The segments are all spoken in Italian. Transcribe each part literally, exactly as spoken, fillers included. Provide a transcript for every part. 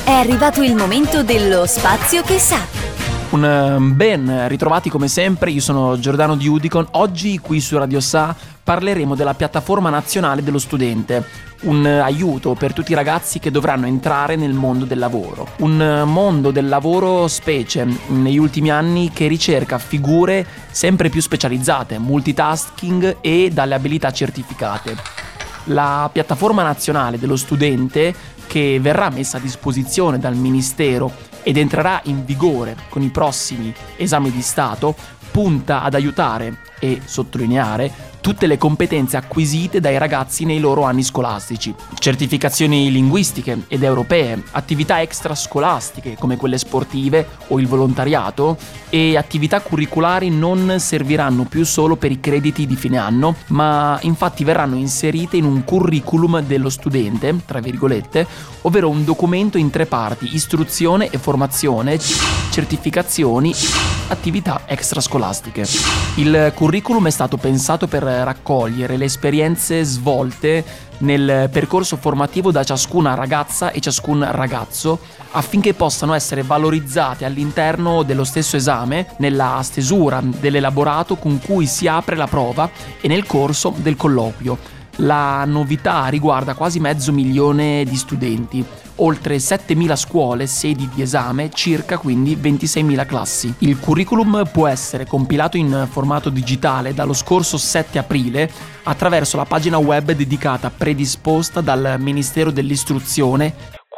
È arrivato il momento dello spazio che sa. Un ben ritrovati come sempre, io sono Giordano di Udicon. Oggi qui su Radio Sa parleremo della piattaforma nazionale dello studente, un aiuto per tutti i ragazzi che dovranno entrare nel mondo del lavoro. Un mondo del lavoro specie negli ultimi anni che ricerca figure sempre più specializzate, multitasking e dalle abilità certificate. La piattaforma nazionale dello studente, che verrà messa a disposizione dal Ministero ed entrerà in vigore con i prossimi esami di Stato, punta ad aiutare e sottolineare tutte le competenze acquisite dai ragazzi nei loro anni scolastici. Certificazioni linguistiche ed europee, attività extrascolastiche come quelle sportive o il volontariato e attività curriculari non serviranno più solo per i crediti di fine anno, ma infatti verranno inserite in un curriculum dello studente, tra virgolette, ovvero un documento in tre parti: istruzione e formazione, certificazioni, attività extrascolastiche. Il curriculum è stato pensato per raccogliere le esperienze svolte nel percorso formativo da ciascuna ragazza e ciascun ragazzo, affinché possano essere valorizzate all'interno dello stesso esame, nella stesura dell'elaborato con cui si apre la prova e nel corso del colloquio. La novità riguarda quasi mezzo milione di studenti, oltre settemila scuole, sedi di esame, circa quindi ventiseimila classi. Il curriculum può essere compilato in formato digitale dallo scorso sette aprile attraverso la pagina web dedicata predisposta dal Ministero dell'Istruzione,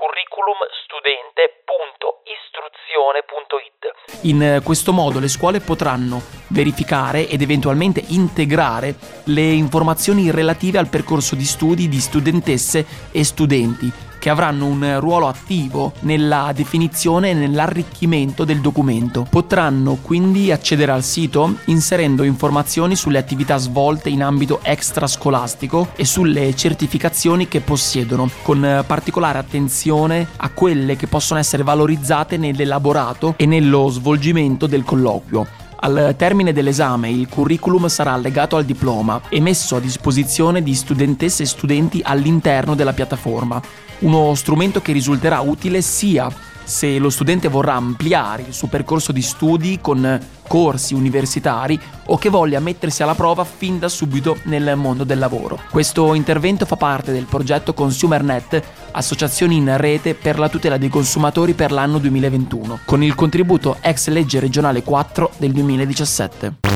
curriculumstudente punto istruzione punto it. In questo modo le scuole potranno verificare ed eventualmente integrare le informazioni relative al percorso di studi di studentesse e studenti, che avranno un ruolo attivo nella definizione e nell'arricchimento del documento. Potranno quindi accedere al sito inserendo informazioni sulle attività svolte in ambito extrascolastico e sulle certificazioni che possiedono, con particolare attenzione a quelle che possono essere valorizzate nell'elaborato e nello svolgimento del colloquio. Al termine dell'esame il curriculum sarà allegato al diploma e messo a disposizione di studentesse e studenti all'interno della piattaforma, uno strumento che risulterà utile sia se lo studente vorrà ampliare il suo percorso di studi con corsi universitari o che voglia mettersi alla prova fin da subito nel mondo del lavoro. Questo intervento fa parte del progetto ConsumerNet, associazioni in rete per la tutela dei consumatori per l'anno duemilaventuno, con il contributo ex legge regionale quattro del duemiladiciassette.